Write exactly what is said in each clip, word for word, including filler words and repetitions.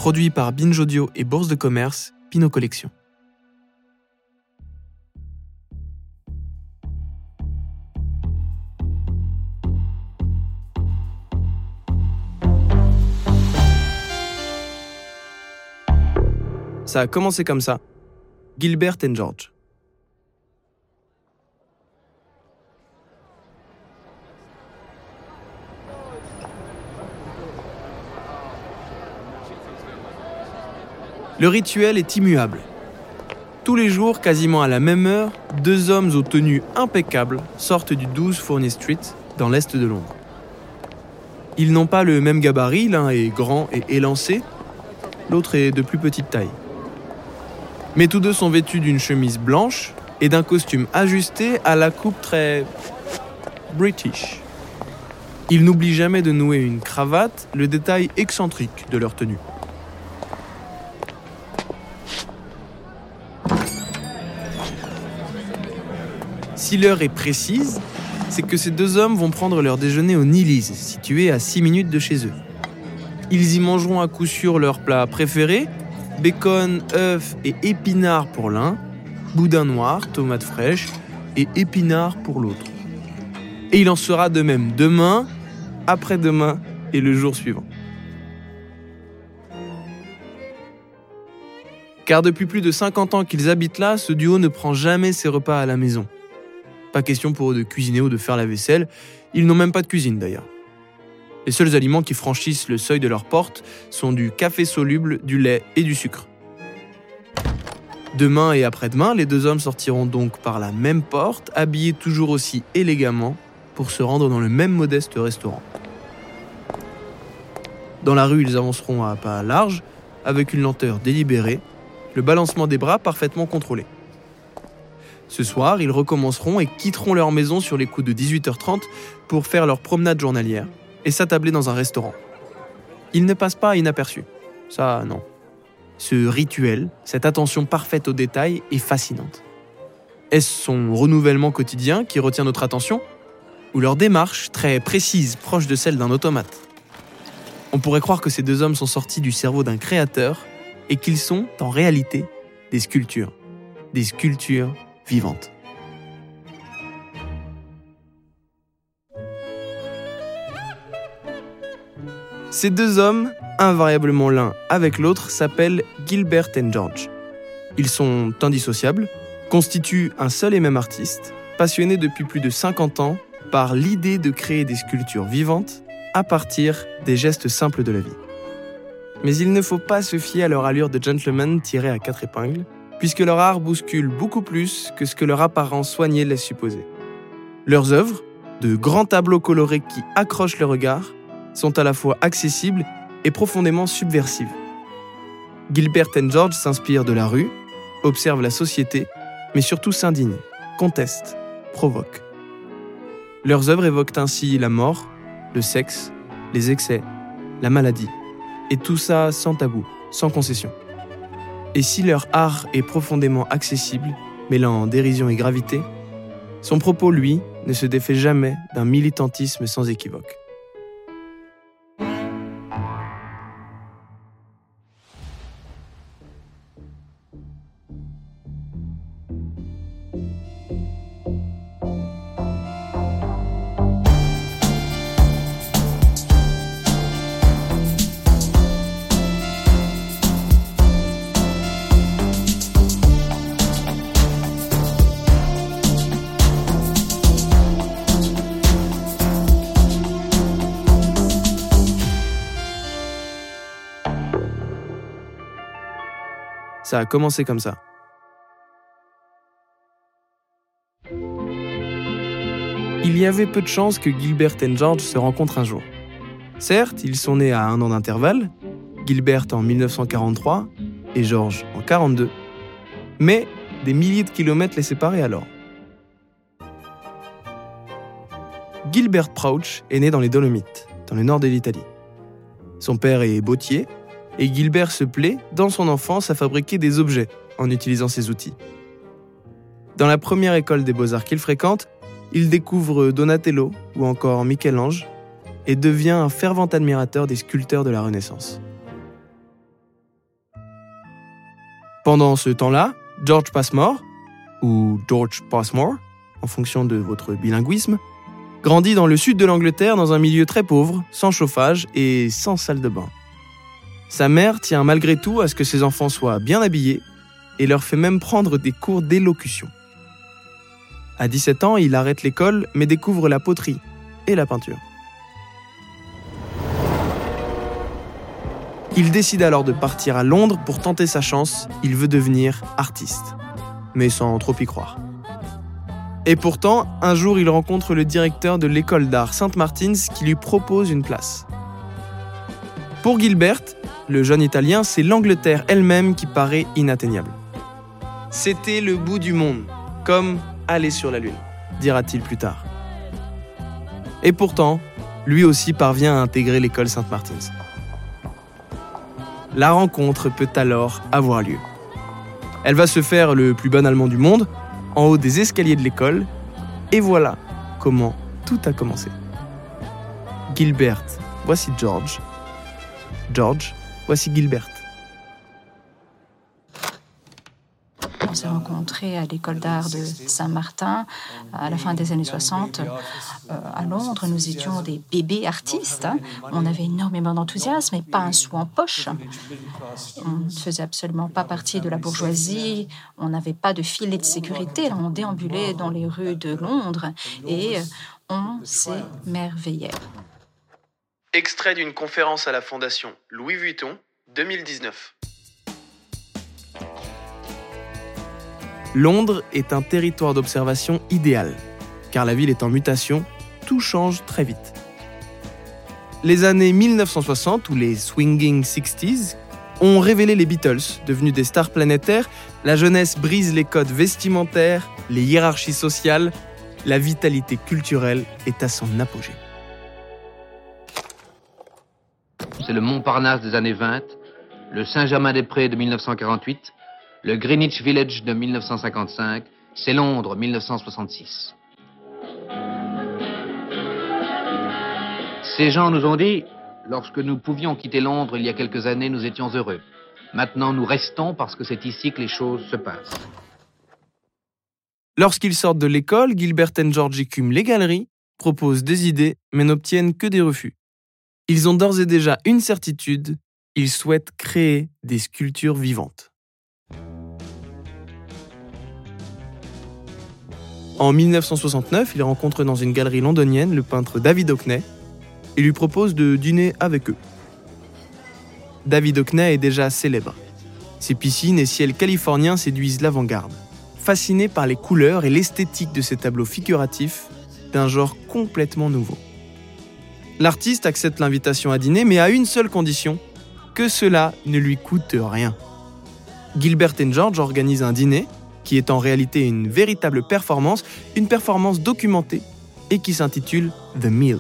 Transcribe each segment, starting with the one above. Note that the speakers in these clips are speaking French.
Produit par Binge Audio et Bourse de Commerce, Pinot Collection. Ça a commencé comme ça. Gilbert and George. Le rituel est immuable. Tous les jours, quasiment à la même heure, deux hommes aux tenues impeccables sortent du douze Fournier Street, dans l'est de Londres. Ils n'ont pas le même gabarit, l'un est grand et élancé, l'autre est de plus petite taille. Mais tous deux sont vêtus d'une chemise blanche et d'un costume ajusté à la coupe très british. Ils n'oublient jamais de nouer une cravate, le détail excentrique de leur tenue. Si l'heure est précise, c'est que ces deux hommes vont prendre leur déjeuner au Neely's, situé à six minutes de chez eux. Ils y mangeront à coup sûr leur plat préféré, bacon, œufs et épinards pour l'un, boudin noir, tomates fraîches et épinards pour l'autre. Et il en sera de même demain, après-demain et le jour suivant. Car depuis plus de cinquante ans qu'ils habitent là, ce duo ne prend jamais ses repas à la maison. Pas question pour eux de cuisiner ou de faire la vaisselle, ils n'ont même pas de cuisine d'ailleurs. Les seuls aliments qui franchissent le seuil de leur porte sont du café soluble, du lait et du sucre. Demain et après-demain, les deux hommes sortiront donc par la même porte, habillés toujours aussi élégamment, pour se rendre dans le même modeste restaurant. Dans la rue, ils avanceront à pas large, avec une lenteur délibérée, le balancement des bras parfaitement contrôlé. Ce soir, ils recommenceront et quitteront leur maison sur les coups de dix-huit heures trente pour faire leur promenade journalière et s'attabler dans un restaurant. Ils ne passent pas inaperçus. Ça, non. Ce rituel, cette attention parfaite aux détails est fascinante. Est-ce son renouvellement quotidien qui retient notre attention ? Ou leur démarche, très précise, proche de celle d'un automate ? On pourrait croire que ces deux hommes sont sortis du cerveau d'un créateur et qu'ils sont, en réalité, des sculptures. Des sculptures vivantes. Ces deux hommes, invariablement l'un avec l'autre, s'appellent Gilbert and George. Ils sont indissociables, constituent un seul et même artiste, passionnés depuis plus de cinquante ans par l'idée de créer des sculptures vivantes à partir des gestes simples de la vie. Mais il ne faut pas se fier à leur allure de gentleman tiré à quatre épingles, puisque leur art bouscule beaucoup plus que ce que leur apparence soignée laisse supposer. Leurs œuvres, de grands tableaux colorés qui accrochent le regard, sont à la fois accessibles et profondément subversives. Gilbert and George s'inspirent de la rue, observent la société, mais surtout s'indignent, contestent, provoquent. Leurs œuvres évoquent ainsi la mort, le sexe, les excès, la maladie, et tout ça sans tabou, sans concession. Et si leur art est profondément accessible, mêlant dérision et gravité, son propos, lui, ne se défait jamais d'un militantisme sans équivoque. Ça a commencé comme ça. Il y avait peu de chances que Gilbert and George se rencontrent un jour. Certes, ils sont nés à un an d'intervalle, Gilbert en dix-neuf cent quarante-trois et George en quarante-deux, mais des milliers de kilomètres les séparaient alors. Gilbert Crouch est né dans les Dolomites, dans le nord de l'Italie. Son père est bottier, et Gilbert se plaît, dans son enfance, à fabriquer des objets en utilisant ses outils. Dans la première école des beaux-arts qu'il fréquente, il découvre Donatello ou encore Michel-Ange et devient un fervent admirateur des sculpteurs de la Renaissance. Pendant ce temps-là, George Passmore, ou George Passmore, en fonction de votre bilinguisme, grandit dans le sud de l'Angleterre dans un milieu très pauvre, sans chauffage et sans salle de bain. Sa mère tient malgré tout à ce que ses enfants soient bien habillés et leur fait même prendre des cours d'élocution. À dix-sept ans, il arrête l'école mais découvre la poterie et la peinture. Il décide alors de partir à Londres pour tenter sa chance. Il veut devenir artiste, mais sans trop y croire. Et pourtant, un jour, il rencontre le directeur de l'école d'art Saint Martin's qui lui propose une place. Pour Gilbert, le jeune Italien, c'est l'Angleterre elle-même qui paraît inatteignable. C'était le bout du monde, comme aller sur la Lune, dira-t-il plus tard. Et pourtant, lui aussi parvient à intégrer l'école Saint Martin's. La rencontre peut alors avoir lieu. Elle va se faire le plus banalement du monde, en haut des escaliers de l'école, et voilà comment tout a commencé. Gilbert, voici George. George, voici Gilbert. On s'est rencontrés à l'école d'art de Saint-Martin à la fin des années soixante. Euh, à Londres, nous étions des bébés artistes. Hein. On avait énormément d'enthousiasme et pas un sou en poche. On ne faisait absolument pas partie de la bourgeoisie. On n'avait pas de filet de sécurité. On déambulait dans les rues de Londres et on s'émerveillait. Extrait d'une conférence à la Fondation Louis Vuitton, deux mille dix-neuf. Londres est un territoire d'observation idéal, car la ville est en mutation, tout change très vite. Les années mille neuf cent soixante, ou les Swinging sixties, ont révélé les Beatles, devenus des stars planétaires. La jeunesse brise les codes vestimentaires, les hiérarchies sociales, la vitalité culturelle est à son apogée. C'est le Montparnasse des années vingt, le Saint-Germain-des-Prés de mille neuf cent quarante-huit, le Greenwich Village de mille neuf cent cinquante-cinq, c'est Londres mille neuf cent soixante-six. Ces gens nous ont dit, lorsque nous pouvions quitter Londres il y a quelques années, nous étions heureux. Maintenant, nous restons parce que c'est ici que les choses se passent. Lorsqu'ils sortent de l'école, Gilbert et George écument les galeries, proposent des idées, mais n'obtiennent que des refus. Ils ont d'ores et déjà une certitude, ils souhaitent créer des sculptures vivantes. En mille neuf cent soixante-neuf, il rencontre dans une galerie londonienne le peintre David Hockney et lui propose de dîner avec eux. David Hockney est déjà célèbre. Ses piscines et ciels californiens séduisent l'avant-garde, fasciné par les couleurs et l'esthétique de ces tableaux figuratifs d'un genre complètement nouveau. L'artiste accepte l'invitation à dîner, mais à une seule condition, que cela ne lui coûte rien. Gilbert et George organisent un dîner qui est en réalité une véritable performance, une performance documentée et qui s'intitule The Meal.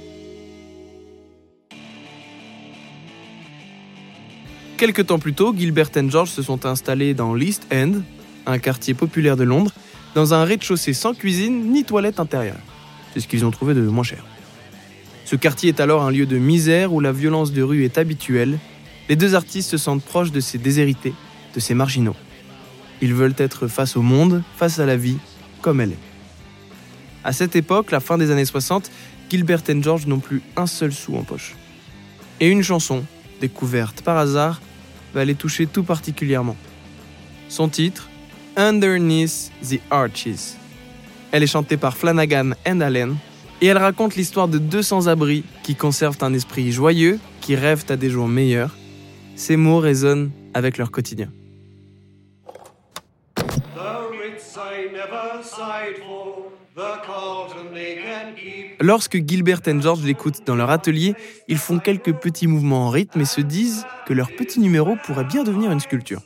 Quelque temps plus tôt, Gilbert et George se sont installés dans l'East End, un quartier populaire de Londres, dans un rez-de-chaussée sans cuisine ni toilette intérieure. C'est ce qu'ils ont trouvé de moins cher. Ce quartier est alors un lieu de misère où la violence de rue est habituelle. Les deux artistes se sentent proches de ces déshérités, de ces marginaux. Ils veulent être face au monde, face à la vie, comme elle est. À cette époque, la fin des années soixante, Gilbert et George n'ont plus un seul sou en poche. Et une chanson, découverte par hasard, va les toucher tout particulièrement. Son titre, Underneath the Arches. Elle est chantée par Flanagan and Allen et elle raconte l'histoire de deux sans-abri qui conservent un esprit joyeux, qui rêvent à des jours meilleurs. Ces mots résonnent avec leur quotidien. Lorsque Gilbert et George l'écoutent dans leur atelier, ils font quelques petits mouvements en rythme et se disent que leur petit numéro pourrait bien devenir une sculpture.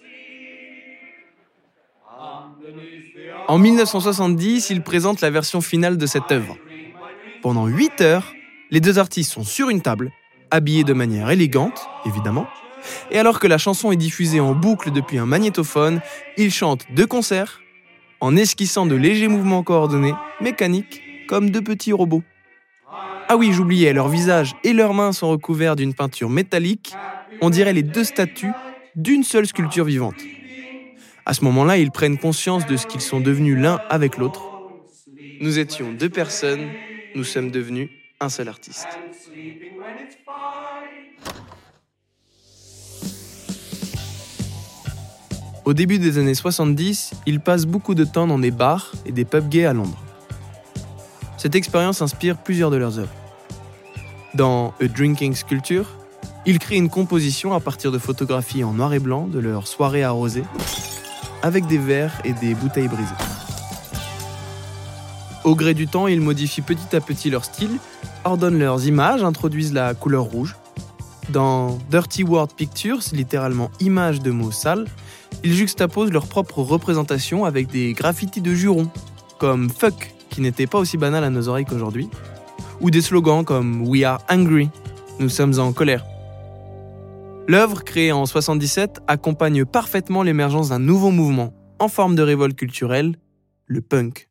En mille neuf cent soixante-dix, ils présentent la version finale de cette œuvre. Pendant huit heures, les deux artistes sont sur une table, habillés de manière élégante, évidemment, et alors que la chanson est diffusée en boucle depuis un magnétophone, ils chantent de concert, en esquissant de légers mouvements coordonnés, mécaniques, comme de petits robots. Ah oui, j'oubliais, leurs visages et leurs mains sont recouverts d'une peinture métallique, on dirait les deux statues d'une seule sculpture vivante. À ce moment-là, ils prennent conscience de ce qu'ils sont devenus l'un avec l'autre. Nous étions deux personnes, nous sommes devenus un seul artiste. Au début des années soixante-dix, ils passent beaucoup de temps dans des bars et des pubs gays à Londres. Cette expérience inspire plusieurs de leurs œuvres. Dans A Drinking Sculpture, ils créent une composition à partir de photographies en noir et blanc de leurs soirées arrosées, avec des verres et des bouteilles brisées. Au gré du temps, ils modifient petit à petit leur style, ordonnent leurs images, introduisent la couleur rouge. Dans Dirty Word Pictures, littéralement images de mots sales, ils juxtaposent leur propre représentation avec des graffitis de jurons, comme « fuck », qui n'était pas aussi banal à nos oreilles qu'aujourd'hui, ou des slogans comme « We are angry », nous sommes en colère. L'œuvre, créée en soixante-dix-sept, accompagne parfaitement l'émergence d'un nouveau mouvement, en forme de révolte culturelle, le punk.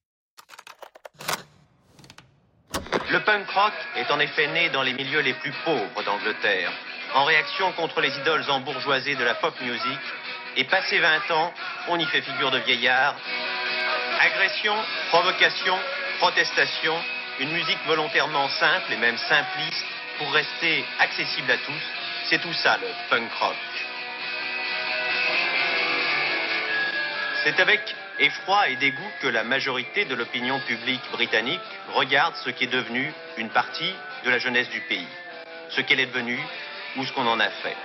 Le punk rock est en effet né dans les milieux les plus pauvres d'Angleterre, en réaction contre les idoles embourgeoisées de la pop music, et passé vingt ans, on y fait figure de vieillard. Agression, provocation, protestation, une musique volontairement simple et même simpliste pour rester accessible à tous, c'est tout ça le punk rock. C'est avec effroi et dégoût que la majorité de l'opinion publique britannique regarde ce qui est devenu une partie de la jeunesse du pays, ce qu'elle est devenue ou ce qu'on en a fait.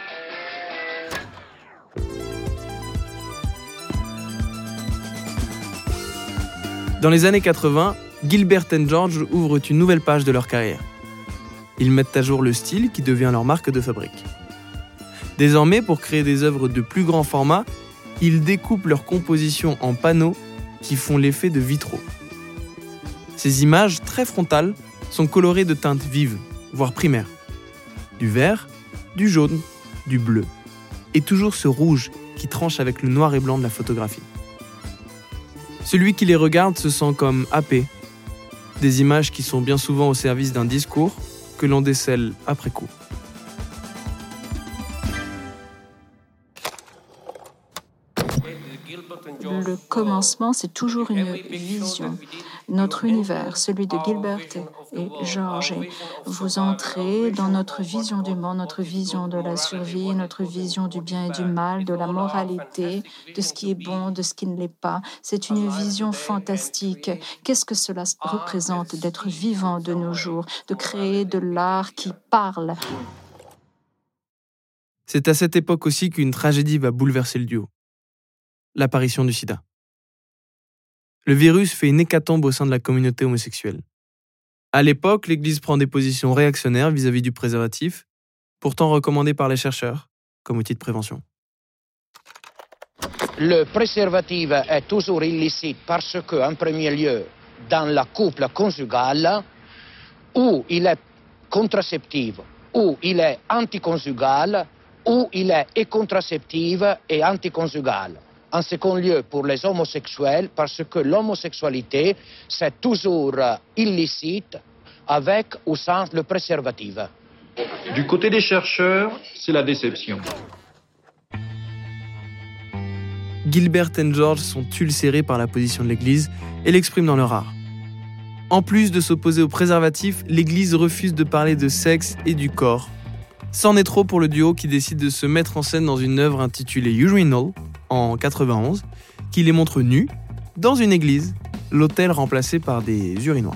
Dans les années quatre-vingts, Gilbert and George ouvrent une nouvelle page de leur carrière. Ils mettent à jour le style qui devient leur marque de fabrique. Désormais, pour créer des œuvres de plus grand format, ils découpent leurs compositions en panneaux qui font l'effet de vitraux. Ces images très frontales sont colorées de teintes vives, voire primaires. Du vert, du jaune, du bleu, et toujours ce rouge qui tranche avec le noir et blanc de la photographie. Celui qui les regarde se sent comme happé. Des images qui sont bien souvent au service d'un discours que l'on décèle après coup. Le commencement, c'est toujours une vision. Notre univers, celui de Gilbert et George. Vous entrez dans notre vision du monde, notre vision de la survie, notre vision du bien et du mal, de la moralité, de ce qui est bon, de ce qui ne l'est pas. C'est une vision fantastique. Qu'est-ce que cela représente d'être vivant de nos jours, de créer de l'art qui parle? C'est à cette époque aussi qu'une tragédie va bouleverser le duo. L'apparition du sida. Le virus fait une hécatombe au sein de la communauté homosexuelle. À l'époque, l'Église prend des positions réactionnaires vis-à-vis du préservatif, pourtant recommandé par les chercheurs comme outil de prévention. Le préservatif est toujours illicite parce que, en premier lieu, dans le couple conjugal, où il est contraceptif, où il est anticonjugal, où il est contraceptif et anticonjugal. En second lieu, pour les homosexuels, parce que l'homosexualité, c'est toujours illicite avec ou sans le préservatif. Du côté des chercheurs, c'est la déception. Gilbert and George sont ulcérés par la position de l'Église et l'expriment dans leur art. En plus de s'opposer au préservatif, l'Église refuse de parler de sexe et du corps. C'en est trop pour le duo qui décide de se mettre en scène dans une œuvre intitulée Urinal, en quatre-vingt-onze, qui les montre nus, dans une église, l'autel remplacé par des urinoirs.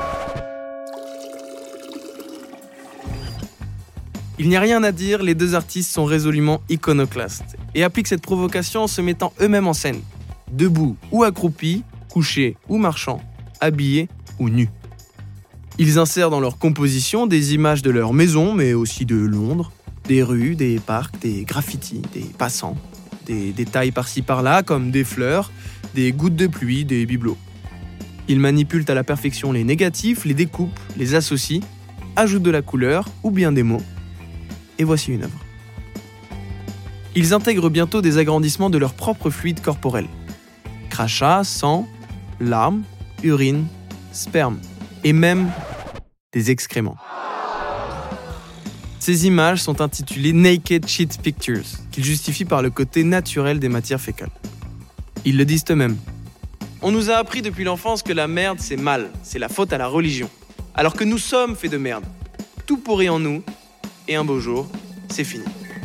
Il n'y a rien à dire, les deux artistes sont résolument iconoclastes et appliquent cette provocation en se mettant eux-mêmes en scène, debout ou accroupis, couchés ou marchant, habillés ou nus. Ils insèrent dans leur composition des images de leur maison, mais aussi de Londres, des rues, des parcs, des graffitis, des passants, des détails par-ci par-là comme des fleurs, des gouttes de pluie, des bibelots. Ils manipulent à la perfection les négatifs, les découpent, les associent, ajoutent de la couleur ou bien des mots. Et voici une œuvre. Ils intègrent bientôt des agrandissements de leur propre fluide corporel. Crachats, sang, larmes, urine, sperme et même des excréments. Ces images sont intitulées Naked Shit Pictures, qu'ils justifient par le côté naturel des matières fécales. Ils le disent eux-mêmes. On nous a appris depuis l'enfance que la merde, c'est mal, c'est la faute à la religion. Alors que nous sommes faits de merde. Tout pourrit en nous, et un beau jour, c'est fini.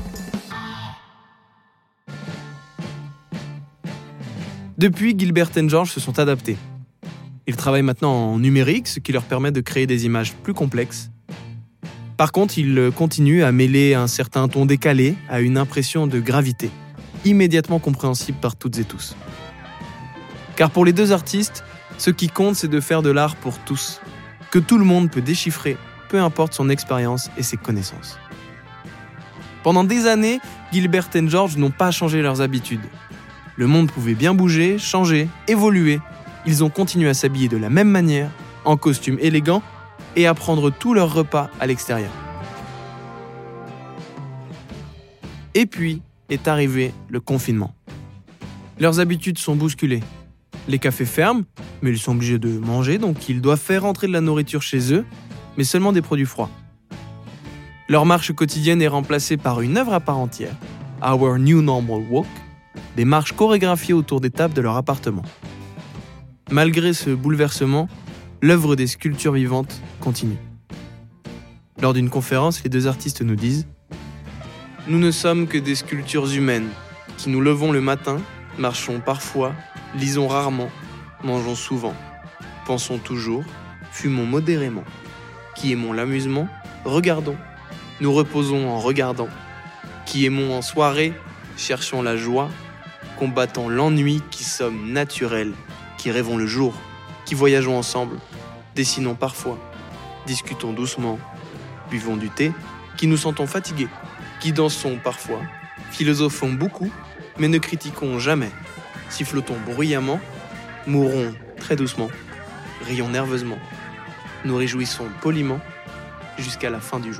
Depuis, Gilbert et George se sont adaptés. Ils travaillent maintenant en numérique, ce qui leur permet de créer des images plus complexes. Par contre, ils continuent à mêler un certain ton décalé à une impression de gravité, immédiatement compréhensible par toutes et tous. Car pour les deux artistes, ce qui compte, c'est de faire de l'art pour tous, que tout le monde peut déchiffrer, peu importe son expérience et ses connaissances. Pendant des années, Gilbert et George n'ont pas changé leurs habitudes. Le monde pouvait bien bouger, changer, évoluer. Ils ont continué à s'habiller de la même manière, en costume élégant, et à prendre tous leurs repas à l'extérieur. Et puis est arrivé le confinement. Leurs habitudes sont bousculées. Les cafés ferment, mais ils sont obligés de manger, donc ils doivent faire entrer de la nourriture chez eux, mais seulement des produits froids. Leur marche quotidienne est remplacée par une œuvre à part entière, Our New Normal Walk, des marches chorégraphiées autour des tables de leur appartement. Malgré ce bouleversement, l'œuvre des sculptures vivantes continue. Lors d'une conférence, les deux artistes nous disent « Nous ne sommes que des sculptures humaines, qui nous levons le matin, marchons parfois, lisons rarement, mangeons souvent, pensons toujours, fumons modérément, qui aimons l'amusement, regardons, nous reposons en regardant, qui aimons en soirée, cherchons la joie, combattons l'ennui, qui sommes naturels, qui rêvons le jour, qui voyageons ensemble, dessinons parfois, discutons doucement, buvons du thé, qui nous sentons fatigués, qui dansons parfois, philosophons beaucoup, mais ne critiquons jamais, sifflotons bruyamment, mourons très doucement, rions nerveusement, nous réjouissons poliment jusqu'à la fin du jour. »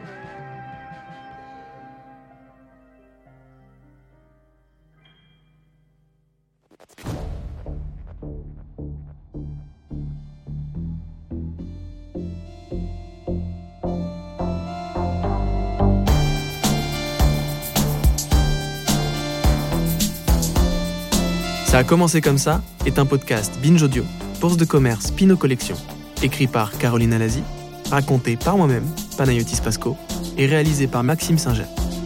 Ça a commencé comme ça est un podcast Binge Audio, Bourse de commerce Pinot Collection, écrit par Caroline Alazi, raconté par moi-même, Panayotis Pasco, et réalisé par Maxime Singer.